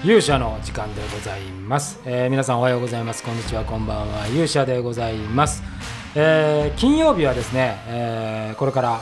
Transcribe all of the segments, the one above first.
勇者の時間でございます。皆さんおはようございます。こんにちは、こんばんは。勇者でございます。金曜日はですね、これから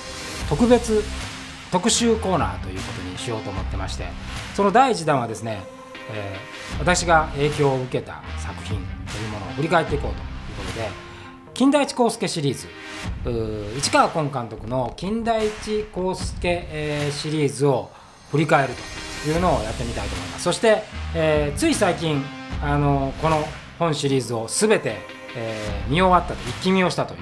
特集コーナーということにしようと思ってまして、その第1弾はですね、私が影響を受けた作品というものを振り返っていこうということで、金田一耕助シリーズ、市川崑監督の金田一耕助、シリーズを振り返るというのをやってみたいと思います。そして、つい最近この本シリーズを全て、見終わったと、一気見をしたという、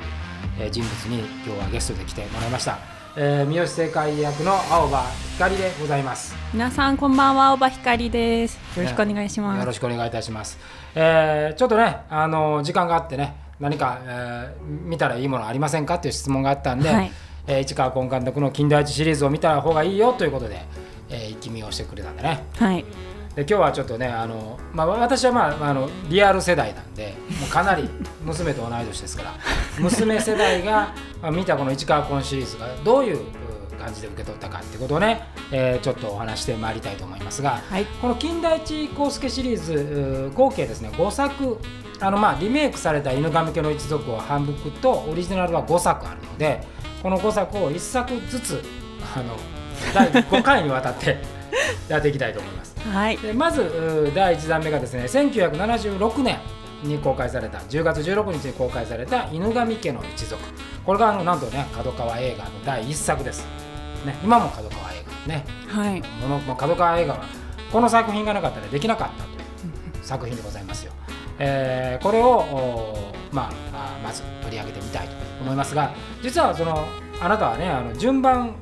人物に今日はゲストで来てもらいました。三好正解役の青葉光でございます。 皆さんこんばんは、青葉光です。よろしくお願いします。 よろしくお願いいたします。ちょっとね、時間があってね、何か、見たらいいものありませんかという質問があったんで、はい、市川崑監督の金田一シリーズを見た方がいいよということで、一気見をしてくれたんでね、 はい、 で今日はちょっとね、私は、リアル世代なんで、もうかなり娘と同い年ですから娘世代が見たこの市川崑シリーズがどういう感じで受け取ったかってことをね、ちょっとお話してまいりたいと思いますが、はい、この金田一耕助シリーズ合計ですね5作リメイクされた犬神家の一族を半分とオリジナルは5作あるので、この5作を1作ずつ第5回にわたってやっていきたいと思います。はい、でまず第1弾目がですね、1976年に公開された10月16日に公開された犬神家の一族。これがなんとね、角川映画の第1作です、ね、今も角川映画ね、はい、角川映画はこの作品がなかったらできなかったという作品でございますよ。これをまず取り上げてみたいと思いますが、実はあなたはね、順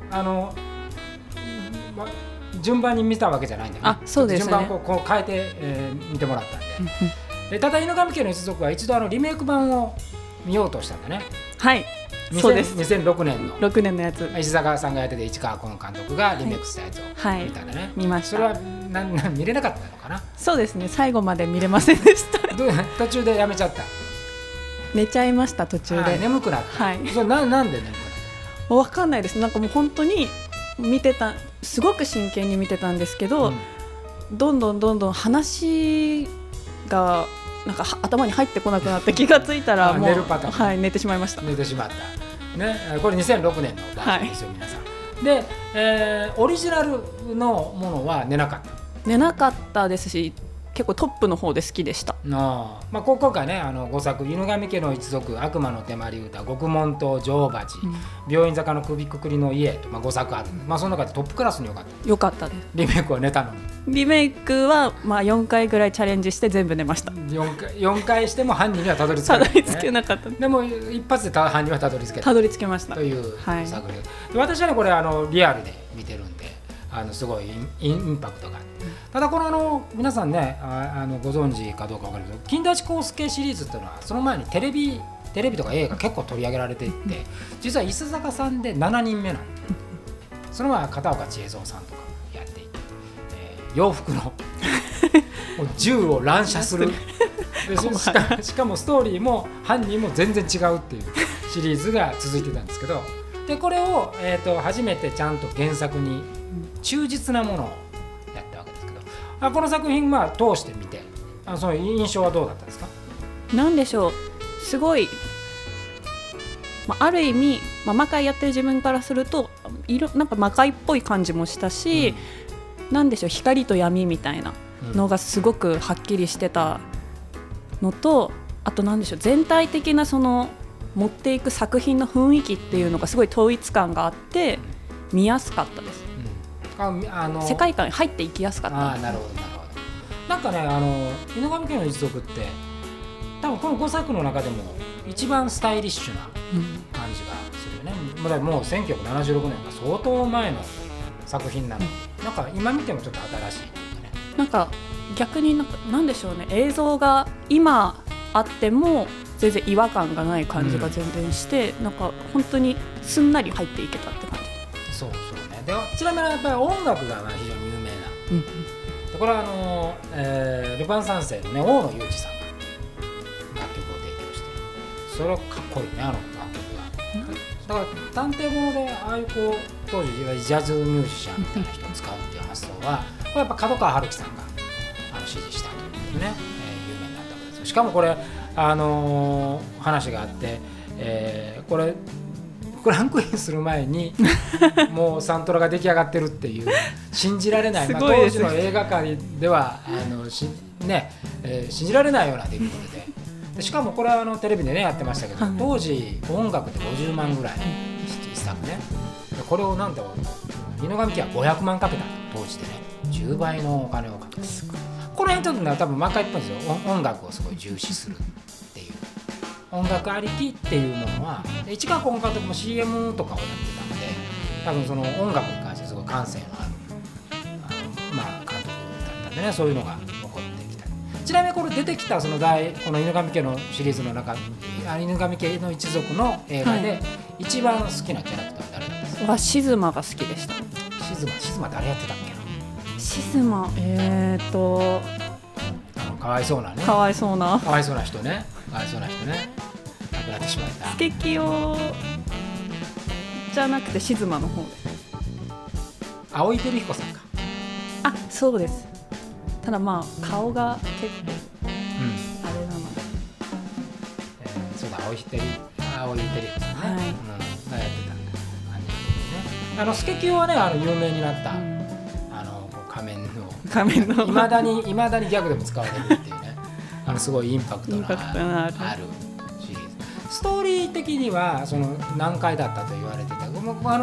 番に見たわけじゃないんだよね。 そうですね、 順番をこう変えて、見てもらったんでただ犬神家の一族は一度リメイク版を見ようとしたんだね。 はい、そうです。 2006年の 6年のやつ、 石坂さんがやってて、市川崑監督がリメイクしたやつを見たんだね。はい、 見ました。 それは見れなかったのかな。 そうですね、最後まで見れませんでした途中でやめちゃった。 寝ちゃいました、途中で。 眠くなった。はい、それなんで眠くなった？ 分かんないです。なんかもう本当に見てた、すごく真剣に見てたんですけど、どんどん話がなんか頭に入ってこなくなって気がついたらもう寝るパターン、 はい、寝てしまいました。 寝てしまった、ね、これ2006年のバージョンですよ、はい、皆さんで、オリジナルのものは寝なかったですし、結構トップの方で好きでした。 今回ね、5作、犬神家の一族、悪魔の手まり歌、獄門島、女王蜂、病院坂の首くくりの家と、5作ある。その中でトップクラスに良かった。 良かったです。 リメイクは寝たのに。 リメイクは4回ぐらいチャレンジして全部寝ました。 4回しても犯人にはたどり着けなかった、ね、 たどり着けなかった。 でも一発で犯人はたどり着けた。 たどり着けましたという作品、はい、私はねこれリアルで見てるんで、すごいインパクトがあって、ただこの皆さんね、ご存知かどうか分からないけど、金田一耕助シリーズっていうのはその前にテレビとか映画結構取り上げられていて、実は石坂さんで7人目なんで、その前は片岡千恵蔵さんとかやっていて、洋服のもう銃を乱射するでしかもストーリーも犯人も全然違うっていうシリーズが続いてたんですけど、でこれを、初めてちゃんと原作に忠実なものをやったわけですけど、この作品通してみて、その印象はどうだったんですか？ なんでしょう、すごい、ある意味、魔界やってる自分からするとなんか魔界っぽい感じもしたし、なんでしょう、光と闇みたいなのがすごくはっきりしてたのと、あとなんでしょう、全体的な持っていく作品の雰囲気っていうのがすごい統一感があって見やすかったです。世界観に入っていきやすかった。 なるほどなるほど。なんかね、犬神家の一族って多分この5作の中でも一番スタイリッシュな感じがするよね。もう1976年が相当前の作品なのに、なんか今見てもちょっと新しいっていうかね。 なんか逆になんでしょうね、映像が今あっても全然違和感がない感じが全然して、なんか本当にすんなり入っていけたって感じ。 そうね。でちなみにやっぱり音楽が非常に有名な、でこれはルパン三世のね、大野雄二さんが楽曲を提供して、それはかっこいいね、楽曲が。だから探偵物でああいう当時ジャズミュージシャンみたいな人を使うっていう発想は、これやっぱ角川春樹さんが支持したということでね、有名になったわけですよ。しかもこれ、話があって、これランクインする前にもうサントラが出来上がってるっていう信じられない、当時の映画界では信じられないような出来事で、しかもこれはテレビでねやってましたけど、当時音楽って50万ぐらい一作ね、これをなんと犬神家は500万かけた当時でね、10倍のお金をかけて、この辺ちょっとね多分毎回言ったんですよ。音楽をすごい重視するっていう、音楽ありきっていうものは、市川崑監督も CM とかをやってたんで、多分その音楽に関してすごい感性のある監督だったんでね、そういうのが起こってきた。ちなみにこれ出てきたこの犬神家のシリーズの中、犬神家の一族の映画で一番好きなキャラクターは誰なんですか？ 静馬が好きでした。 静馬誰やってたっけな？ 静馬かわいそうな人ね、 かわいそうな人ね、亡くなってしまった。 スケキヨじゃなくて静馬の方で、 青井輝彦さんか。 あ、そうです。ただ顔が結構、あれなので、 そうだ、青井輝彦さんね、がやってた感じね。スケキヨはね有名になった、仮面のいまだにギャグでも使われるっていうねすごいインパクトのあるシリーズ。ストーリー的には難解だったと言われてた。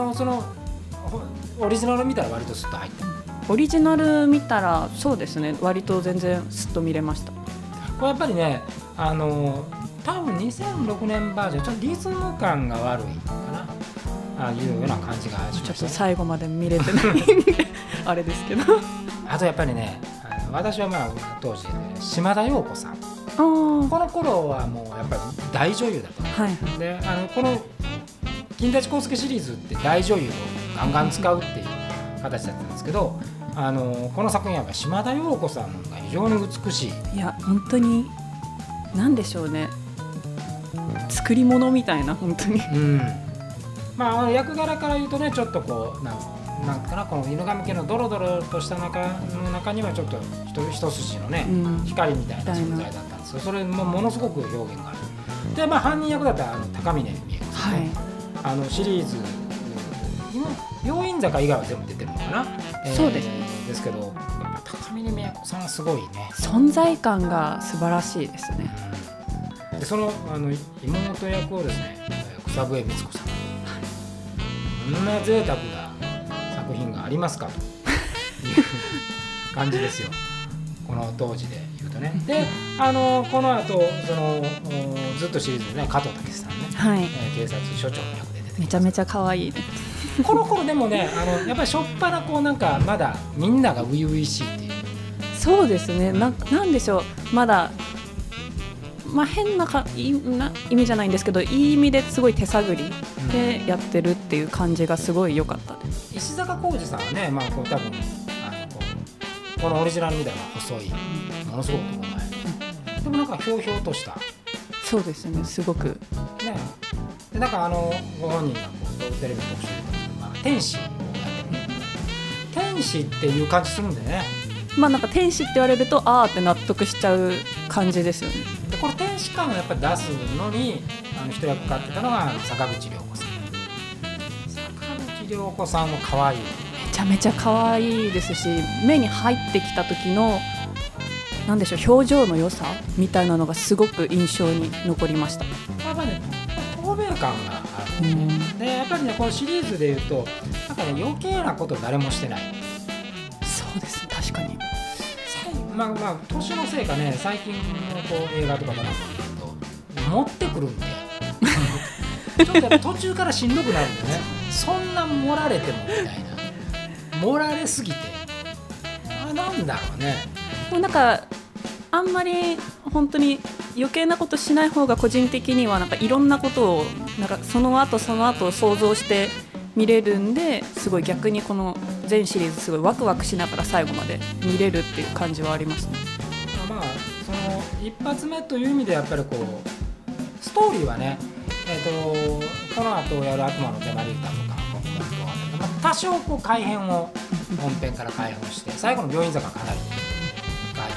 オリジナル見たら割とスッと入ってる。 オリジナル見たらそうですね、割と全然スッと見れました。 これやっぱりね多分2006年バージョンちょっとリズム感が悪いかないうような感じがしました、ね。ちょっと最後まで見れてないあれですけどあとやっぱりね私は当時、島田陽子さん、この頃はもうやっぱり大女優だと、でこの金田一耕助シリーズって大女優をガンガン使うっていう形だったんですけど、この作品はやっぱ島田陽子さんが非常に美しい。 いや本当に何でしょうね、作り物みたいな本当に、 役柄から言うとねちょっとこうなんかな、この犬神家のドロドロとした中にはちょっと一筋のね、光みたいな存在だったんですけど、それもものすごく表現がある。で犯人役だったら高峰美恵子さんね、シリーズ病院坂以外は全部出てるのかな、 そうですね。 ですけどやっぱ高峰美恵子さんはすごいね、 存在感が素晴らしいですね。 でその妹役をですね草笛光子さん、こんな贅沢な作品がありますかという感じですよ、この当時で言うとね。でこの後ずっとシリーズでね加藤武さんね、警察署長の役で出てきてめちゃめちゃ可愛いこの頃でもねやっぱりしょっぱななんかまだみんなが初々しいっていう。 そうですね、なんでしょう、まだ変な意味じゃないんですけど、いい意味ですごい手探りでやってるっていう感じがすごい良かったです。 石坂浩二さんはね、多分このオリジナルみたいな細いものすごくうまい、でもなんかひょうひょうとした、 そうですね、すごくね。 でなんかご本人がテレビ特集で天使をやってる、天使っていう感じするんでね、 なんか天使って言われるとあーって納得しちゃう感じですよね。 でこれ天使感をやっぱり出すのに一役買ってたのが坂口涼子さん。坂口涼子さんも可愛い、 めちゃめちゃ可愛いですし、目に入ってきた時のなんでしょう、表情の良さみたいなのがすごく印象に残りました。 やっぱりね透明感がある、でやっぱりねこのシリーズでいうとなんかね余計なこと誰もしてない。 そうですね、確かに。 年のせいかね、最近の映画とかなんか見ると持ってくるんでちょっとやっぱ途中からしんどくなるんでね、そんな盛られてもみたいな、盛られすぎてなんだろうね、 もうなんかあんまり本当に余計なことしない方が個人的にはなんかいろんなことをなんかその後想像して見れるんで、すごい逆にこの全シリーズすごいワクワクしながら最後まで見れるっていう感じはありますね。 その一発目という意味でやっぱりこうストーリーはね、この後やる悪魔の手まり歌とか多少こう改変を本編から改変して、最後の病院坂かなり変えてます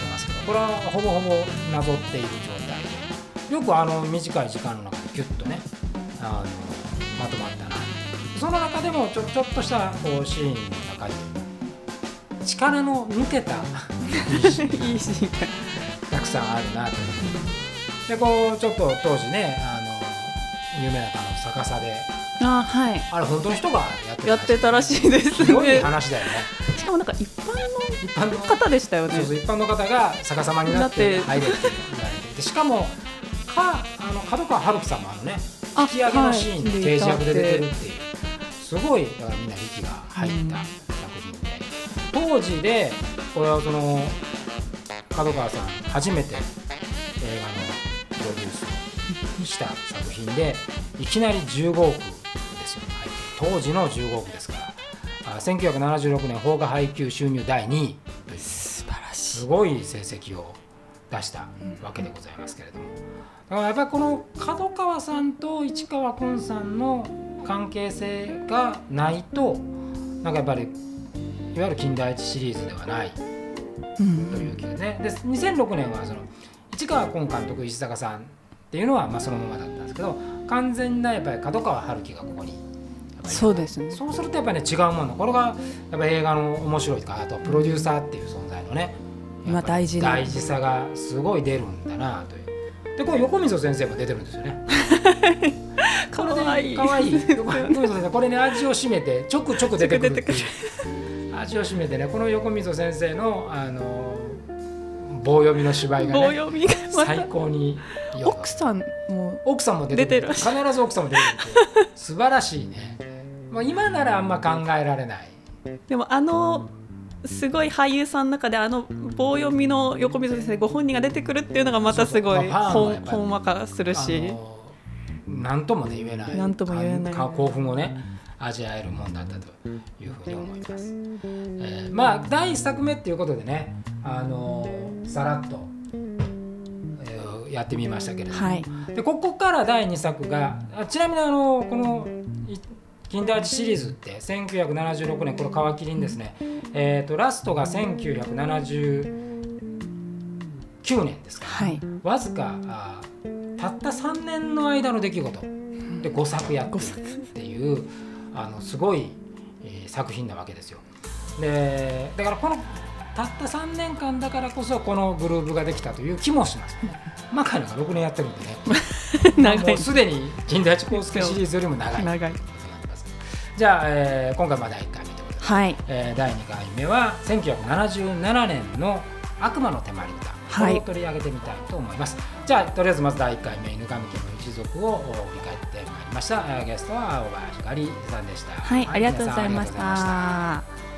これはほぼほぼなぞっている状態で、よく短い時間の中でギュッとねまとまったな。その中でもちょっとしたこうシーンの中に力の抜けたいいシーンがたくさんあるなという。でこうちょっと当時ね有名な逆さではい、 あれ本当の人がやってたらしいですね。 すごい話だよね。 しかもなんか一般の方でしたよね。 そう一般の方が逆さまになって入れって言われて、でしかも角川春樹さんもね引き上げのシーンで刑事役で出てるっていう、すごいだからみんな力が入った作品で、当時でこれはその角川さん初めて映画のプロデュースをした作品でいきなり15億ですよ、当時の15億ですから、1976年邦画配給収入第2位という素晴らしいすごい成績を出したわけでございますけれども、だからやっぱりこの角川さんと市川崑さんの関係性がないとなんかやっぱりいわゆる金田一シリーズではないという気でね。で2006年はその市川崑監督石坂さんっていうのはそのままだったんですけど、完全なやっぱり角川春樹がここにそうですね。 そうするとやっぱりね違うもの、これがやっぱり映画の面白いとか、あとプロデューサーっていう存在のね大事さがすごい出るんだなという。でこれ横溝先生も出てるんですよね。 かわいいかわいい横溝先生これね味を占めてちょくちょく出てくるっていう味を占めてね、この横溝先生の棒読みの芝居がね最高に奥さんも出てる、必ず奥さんも出てるって素晴らしいね。今ならあんま考えられない。 でもすごい俳優さんの中で棒読みの横溝先生ご本人が出てくるっていうのがまたすごいほんわかするし、 何ともね言えない興奮をね味わえるもんだったというふうに思います。第1作目っていうことでねさらっと、やってみましたけれども、はい、でここから第2作がちなみにこの金田一シリーズって1976年これ皮切りにですね、ラストが1979年ですから、はい、わずかたった3年の間の出来事で5作やってるっていうすごい、作品なわけですよ。でだからこのたった3年間だからこそこのグループができたという気もしますね。マカイのが6年やってるんでねもうすでに金田一耕助シリーズよりも長いじゃあ、今回第1回目ということで、はい、第2回目は1977年の悪魔の手まり歌、これを取り上げてみたいと思います。じゃあとりあえずまず第1回目犬神家の一族を振り返ってまいりました。ゲストは青葉ひかりさんでした。 はい、ありがとうございました。